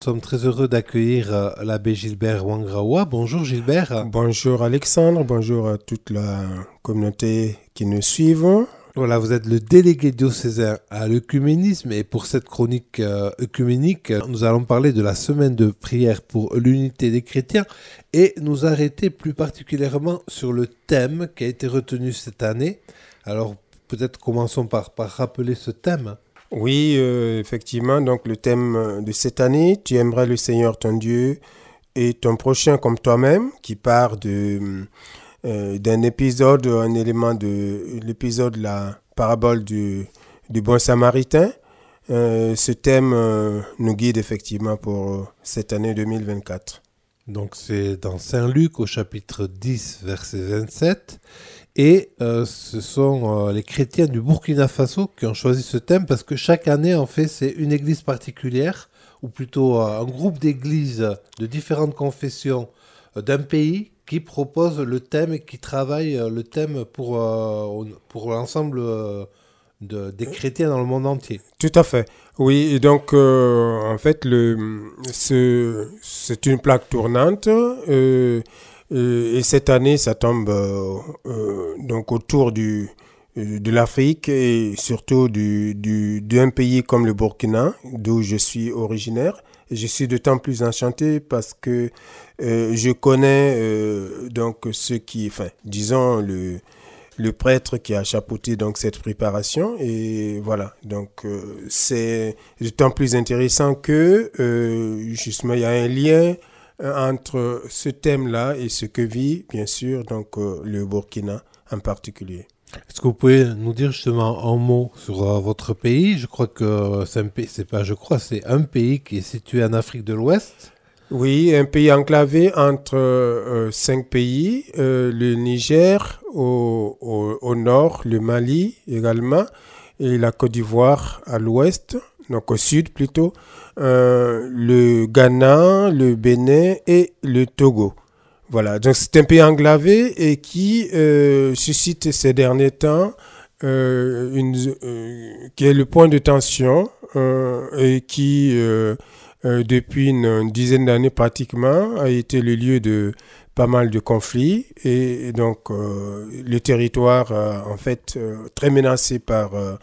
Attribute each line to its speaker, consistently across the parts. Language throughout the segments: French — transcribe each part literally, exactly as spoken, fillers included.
Speaker 1: Nous sommes très heureux d'accueillir euh, l'abbé Gilbert Wangraoua. Bonjour Gilbert.
Speaker 2: Bonjour Alexandre, bonjour à toute la communauté qui nous suivent.
Speaker 1: Voilà, vous êtes le délégué diocésain à l'œcuménisme et pour cette chronique euh, œcuménique, nous allons parler de la semaine de prière pour l'unité des chrétiens et nous arrêter plus particulièrement sur le thème qui a été retenu cette année. Alors peut-être commençons par, par rappeler ce thème.
Speaker 2: Oui, euh, effectivement, donc le thème de cette année, tu aimeras le Seigneur ton Dieu et ton prochain comme toi-même, qui part de, euh, d'un épisode, un élément de l'épisode, la parabole du, du bon samaritain. Euh, ce thème euh, nous guide effectivement pour cette année deux mille vingt-quatre.
Speaker 1: Donc c'est dans Saint Luc au chapitre dix, verset vingt-sept. Et euh, ce sont euh, les chrétiens du Burkina Faso qui ont choisi ce thème parce que chaque année, en fait, c'est une église particulière, ou plutôt euh, un groupe d'églises de différentes confessions euh, d'un pays qui propose le thème et qui travaille euh, le thème pour, euh, pour l'ensemble euh, de, des chrétiens dans le monde entier.
Speaker 2: Tout à fait. Oui, et donc euh, en fait, le, ce, c'est une plaque tournante. Euh, Et cette année, ça tombe euh, euh, donc autour du, de l'Afrique et surtout du, du, d'un pays comme le Burkina, d'où je suis originaire. Et je suis d'autant plus enchanté parce que euh, je connais euh, donc ceux qui, enfin, disons le, le prêtre qui a chapeauté donc cette préparation. Et voilà, donc euh, c'est d'autant plus intéressant que euh, justement il y a un lien entre ce thème-là et ce que vit, bien sûr, donc, euh, le Burkina en particulier.
Speaker 1: Est-ce que vous pouvez nous dire justement un mot sur euh, votre pays? Je crois que c'est un pays, c'est pas je crois, c'est un pays qui est situé en Afrique de l'Ouest.
Speaker 2: Oui, un pays enclavé entre euh, cinq pays, euh, le Niger au, au, au nord, le Mali également, et la Côte d'Ivoire à l'ouest, donc au sud plutôt, euh, le Ghana, le Bénin et le Togo. Voilà, donc c'est un pays enclavé et qui euh, suscite ces derniers temps, euh, une, euh, qui est le point de tension euh, et qui, euh, euh, depuis une, une dizaine d'années pratiquement, a été le lieu de pas mal de conflits et, et donc euh, le territoire euh, en fait euh, très menacé par euh,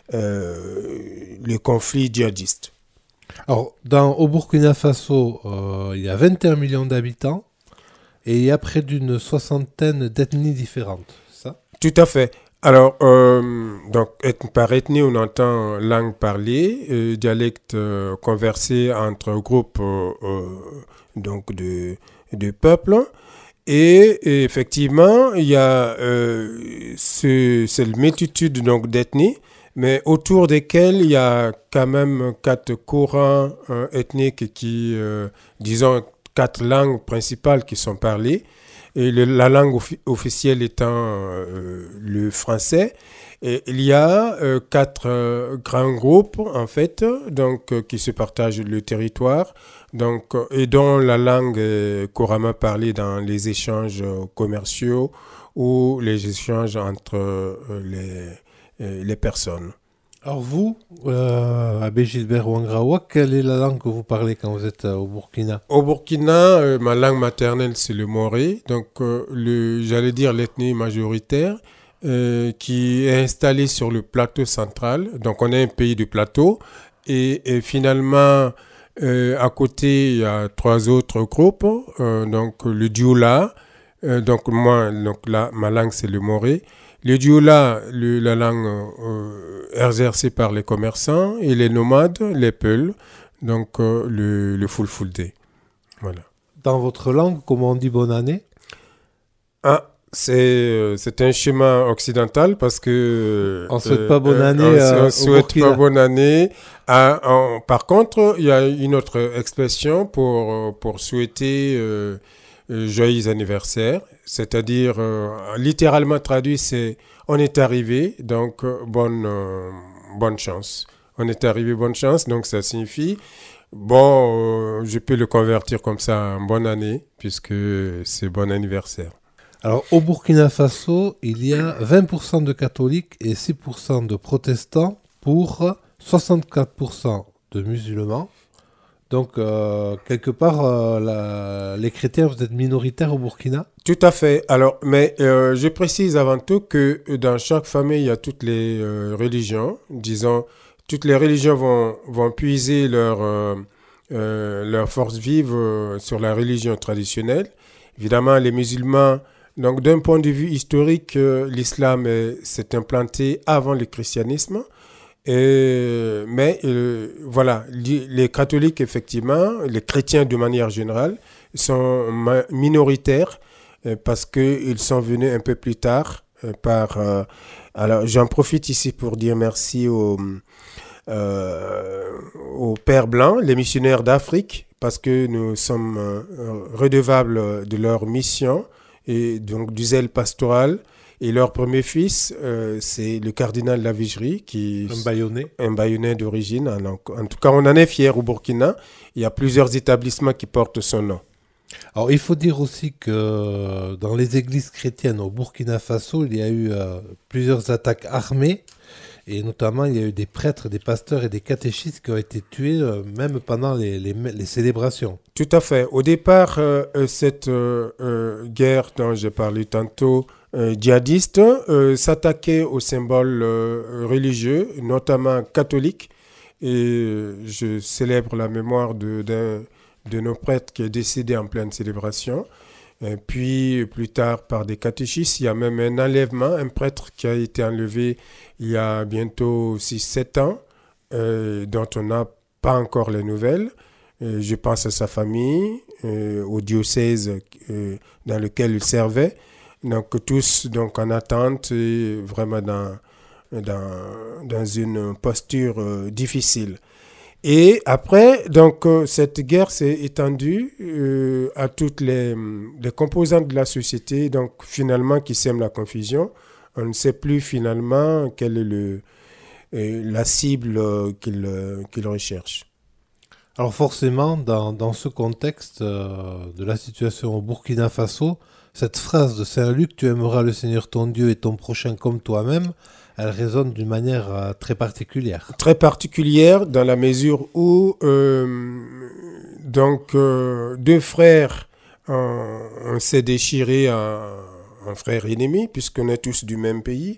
Speaker 2: euh, les conflits djihadistes.
Speaker 1: Alors, dans, au Burkina Faso, euh, il y a vingt et un millions d'habitants et il y a près d'une soixantaine d'ethnies différentes, ça?
Speaker 2: Tout à fait. Alors, euh, donc, par ethnie, on entend langue parlée, euh, dialecte euh, conversé entre groupes euh, euh, donc de, de peuples. Et, et effectivement, il y a euh, ce, cette multitude donc, d'ethnies, mais autour desquels il y a quand même quatre courants euh, ethniques qui, euh, disons, quatre langues principales qui sont parlées. Et le, la langue offi- officielle étant euh, le français. Et il y a euh, quatre euh, grands groupes, en fait, donc, euh, qui se partagent le territoire, donc, euh, et dont la langue est couramment parlée dans les échanges euh, commerciaux ou les échanges entre euh, les, euh, les personnes.
Speaker 1: Alors vous, euh, abbé Gilbert Wangraoua, quelle est la langue que vous parlez quand vous êtes euh, au Burkina?
Speaker 2: Au Burkina, euh, ma langue maternelle, c'est le moré, donc euh, le, j'allais dire l'ethnie majoritaire, euh, qui est installée sur le plateau central. Donc on est un pays de plateau, et, et finalement, euh, à côté, il y a trois autres groupes, euh, donc le Dioula, euh, donc moi, donc là, ma langue, c'est le moré. Le Dioula, le, la langue euh, exercée par les commerçants, et les nomades, les Peuls, donc euh, le, le Fulfulde. Voilà.
Speaker 1: Dans votre langue, comment on dit bonne année?
Speaker 2: Ah, c'est, euh, c'est un schéma occidental parce que...
Speaker 1: On ne souhaite pas bonne année
Speaker 2: euh, on ne
Speaker 1: euh,
Speaker 2: souhaite
Speaker 1: au
Speaker 2: pas
Speaker 1: Burkina.
Speaker 2: bonne année. Ah, on- par contre, il y a une autre expression pour, euh, pour souhaiter euh, euh, joyeux anniversaire. C'est-à-dire, euh, littéralement traduit, c'est on est arrivé, donc euh, bonne, euh, bonne chance. On est arrivé, bonne chance, donc ça signifie, bon, euh, je peux le convertir comme ça en bonne année, puisque c'est bon anniversaire.
Speaker 1: Alors au Burkina Faso, il y a vingt pour cent de catholiques et six pour cent de protestants pour soixante-quatre pour cent de musulmans Donc, euh, quelque part, euh, la- les chrétiens, vous êtes minoritaires au Burkina?
Speaker 2: Tout à fait. Alors, mais euh, je précise avant tout que dans chaque famille, il y a toutes les euh, religions. Disons, toutes les religions vont, vont puiser leur, euh, euh, leur force vive euh, sur la religion traditionnelle. Évidemment, les musulmans, donc d'un point de vue historique, euh, l'islam est- s'est implanté avant le christianisme. Et, mais euh, voilà, li- les catholiques, effectivement, les chrétiens de manière générale, sont ma- minoritaires euh, parce qu'ils sont venus un peu plus tard. euh, par, euh, alors, j'en profite ici pour dire merci aux, euh, aux Pères Blancs, les missionnaires d'Afrique, parce que nous sommes euh, redevables de leur mission et donc du zèle pastoral. Et leur premier fils, euh, c'est le cardinal Lavigerie, qui
Speaker 1: Un Bayonnais.
Speaker 2: un Bayonnais d'origine. En, en tout cas, on en est fier au Burkina. Il y a plusieurs établissements qui portent son nom.
Speaker 1: Alors, il faut dire aussi que dans les églises chrétiennes au Burkina Faso, il y a eu euh, plusieurs attaques armées. Et notamment, il y a eu des prêtres, des pasteurs et des catéchistes qui ont été tués, euh, même pendant les, les, les célébrations.
Speaker 2: Tout à fait. Au départ, euh, euh, cette euh, euh, guerre dont j'ai parlé tantôt, euh, djihadiste, euh, s'attaquait aux symboles euh, religieux, notamment catholiques. Et euh, je célèbre la mémoire de, d'un de nos prêtres qui est décédé en pleine célébration. Et puis, plus tard, par des catéchistes, il y a même un enlèvement, un prêtre qui a été enlevé il y a bientôt six sept ans, euh, dont on n'a pas encore les nouvelles. Euh, je pense à sa famille, euh, au diocèse euh, dans lequel il servait. Donc, tous donc, en attente et vraiment dans, dans, dans une posture euh, difficile. Et après, donc, euh, cette guerre s'est étendue euh, à toutes les, les composantes de la société, donc finalement qui sèment la confusion. On ne sait plus finalement quelle est le, euh, la cible euh, qu'il euh, qu'il recherche.
Speaker 1: Alors forcément, dans, dans ce contexte euh, de la situation au Burkina Faso, cette phrase de Saint Luc, tu aimeras le Seigneur ton Dieu et ton prochain comme toi-même, elle résonne d'une manière euh, très particulière.
Speaker 2: Très particulière dans la mesure où euh, donc euh, deux frères euh, on s'est déchiré en, en frères ennemis puisqu'on est tous du même pays.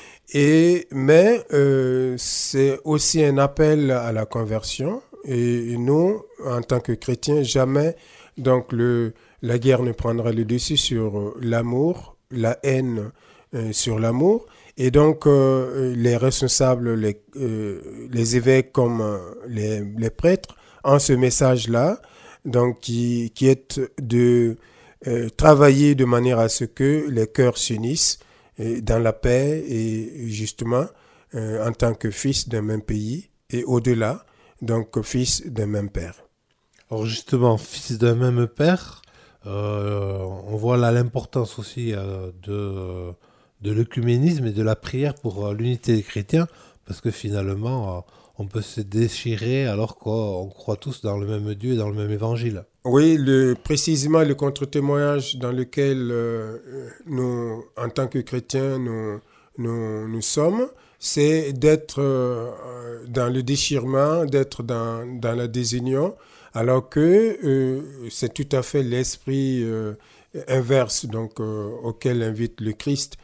Speaker 2: Et, mais euh, c'est aussi un appel à la conversion. Et nous, en tant que chrétiens, jamais donc le, la guerre ne prendra le dessus sur l'amour, la haine euh, sur l'amour. Et donc, euh, les responsables, les, euh, les évêques comme euh, les, les prêtres, ont ce message-là, donc qui, qui est de euh, travailler de manière à ce que les cœurs s'unissent euh, dans la paix et justement euh, en tant que fils d'un même pays et au-delà, donc fils d'un même père.
Speaker 1: Alors justement, fils d'un même père, euh, on voit là l'importance aussi euh, de... de l'œcuménisme et de la prière pour euh, l'unité des chrétiens, parce que finalement, euh, on peut se déchirer alors qu'on croit tous dans le même Dieu et dans le même évangile.
Speaker 2: Oui, le, précisément le contre-témoignage dans lequel euh, nous, en tant que chrétiens, nous, nous, nous sommes, c'est d'être euh, dans le déchirement, d'être dans, dans la désunion, alors que euh, c'est tout à fait l'esprit euh, inverse donc, euh, auquel invite le Christ.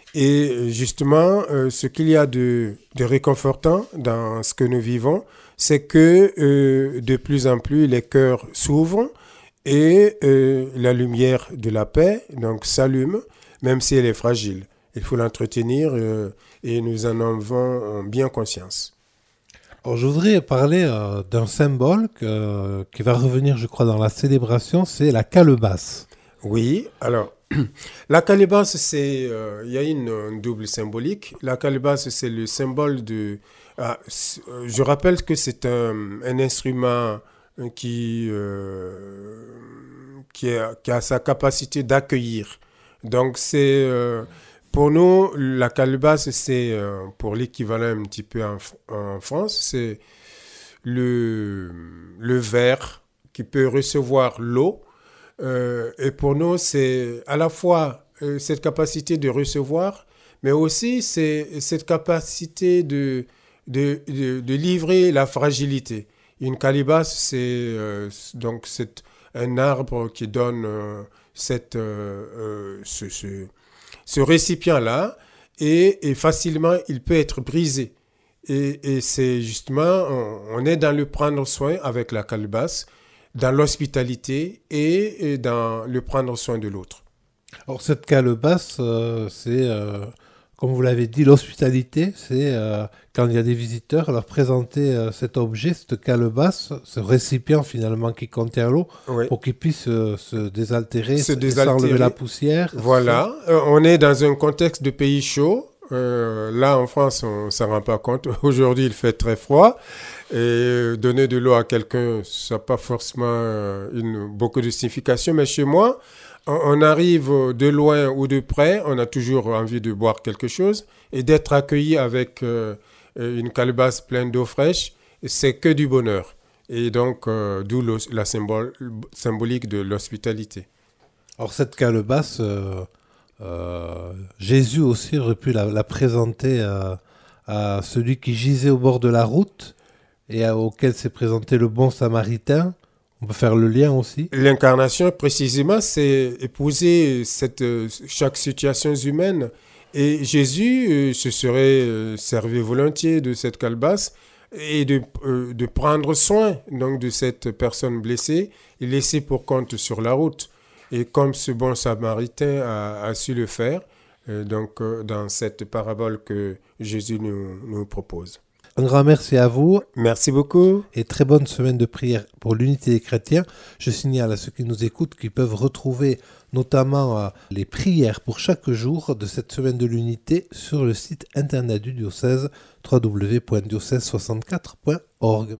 Speaker 2: Et justement, euh, ce qu'il y a de, de réconfortant dans ce que nous vivons, c'est que euh, de plus en plus les cœurs s'ouvrent et euh, la lumière de la paix donc s'allume, même si elle est fragile. Il faut l'entretenir euh, et nous en avons bien conscience.
Speaker 1: Alors, je voudrais parler euh, d'un symbole que, qui va revenir, je crois, dans la célébration, c'est la calebasse.
Speaker 2: Oui, alors, la calebasse, c'est, euh, il y a une, une double symbolique. La calebasse, c'est le symbole de... Ah, je rappelle que c'est un, un instrument qui, euh, qui, a, qui a sa capacité d'accueillir. Donc, c'est... Euh, pour nous, la calebasse, c'est, euh, pour l'équivalent un petit peu en, en France, c'est le, le verre qui peut recevoir l'eau. Euh, et pour nous, c'est à la fois euh, cette capacité de recevoir, mais aussi c'est cette capacité de, de, de, de livrer la fragilité. Une calebasse, c'est euh, donc c'est un arbre qui donne euh, cette, euh, euh, ce, ce, ce récipient-là, et, et facilement il peut être brisé. Et, et c'est justement, on, on est dans le prendre soin avec la calebasse, dans l'hospitalité et, et dans le prendre soin de l'autre.
Speaker 1: Alors cette calebasse, euh, c'est, euh, comme vous l'avez dit, l'hospitalité, c'est euh, quand il y a des visiteurs, leur présenter euh, cet objet, cette calebasse, ce récipient finalement qui contient l'eau,
Speaker 2: Oui.
Speaker 1: pour qu'il puisse euh, se désaltérer,
Speaker 2: Se
Speaker 1: et
Speaker 2: désaltérer.
Speaker 1: s'enlever la poussière.
Speaker 2: Voilà, Euh, on est dans un contexte de pays chaud. Euh, là, en France, on ne s'en rend pas compte. Aujourd'hui, il fait très froid. Et euh, donner de l'eau à quelqu'un, ça n'a pas forcément euh, une, beaucoup de signification. Mais chez moi, on, on arrive de loin ou de près, on a toujours envie de boire quelque chose. Et d'être accueilli avec euh, une calebasse pleine d'eau fraîche, c'est que du bonheur. Et donc, euh, d'où le, la symbole, symbolique de l'hospitalité.
Speaker 1: Alors cette calebasse, euh, euh, Jésus aussi aurait pu la, la présenter à, à celui qui gisait au bord de la route et à- auquel s'est présenté le bon samaritain. On peut faire le lien aussi.
Speaker 2: L'incarnation, précisément, c'est épouser cette, euh, chaque situation humaine. Et Jésus euh, se serait euh, servi volontiers de cette calebasse et de, euh, de prendre soin donc, de cette personne blessée et laissée pour compte sur la route. Et comme ce bon samaritain a, a su le faire, euh, donc euh, dans cette parabole que Jésus nous, nous propose.
Speaker 1: Un grand merci à vous
Speaker 2: Merci beaucoup.
Speaker 1: et très bonne semaine de prière pour l'unité des chrétiens. Je signale à ceux qui nous écoutent qu'ils peuvent retrouver notamment euh, les prières pour chaque jour de cette semaine de l'unité sur le site internet du diocèse w w w point diocèse soixante-quatre point org.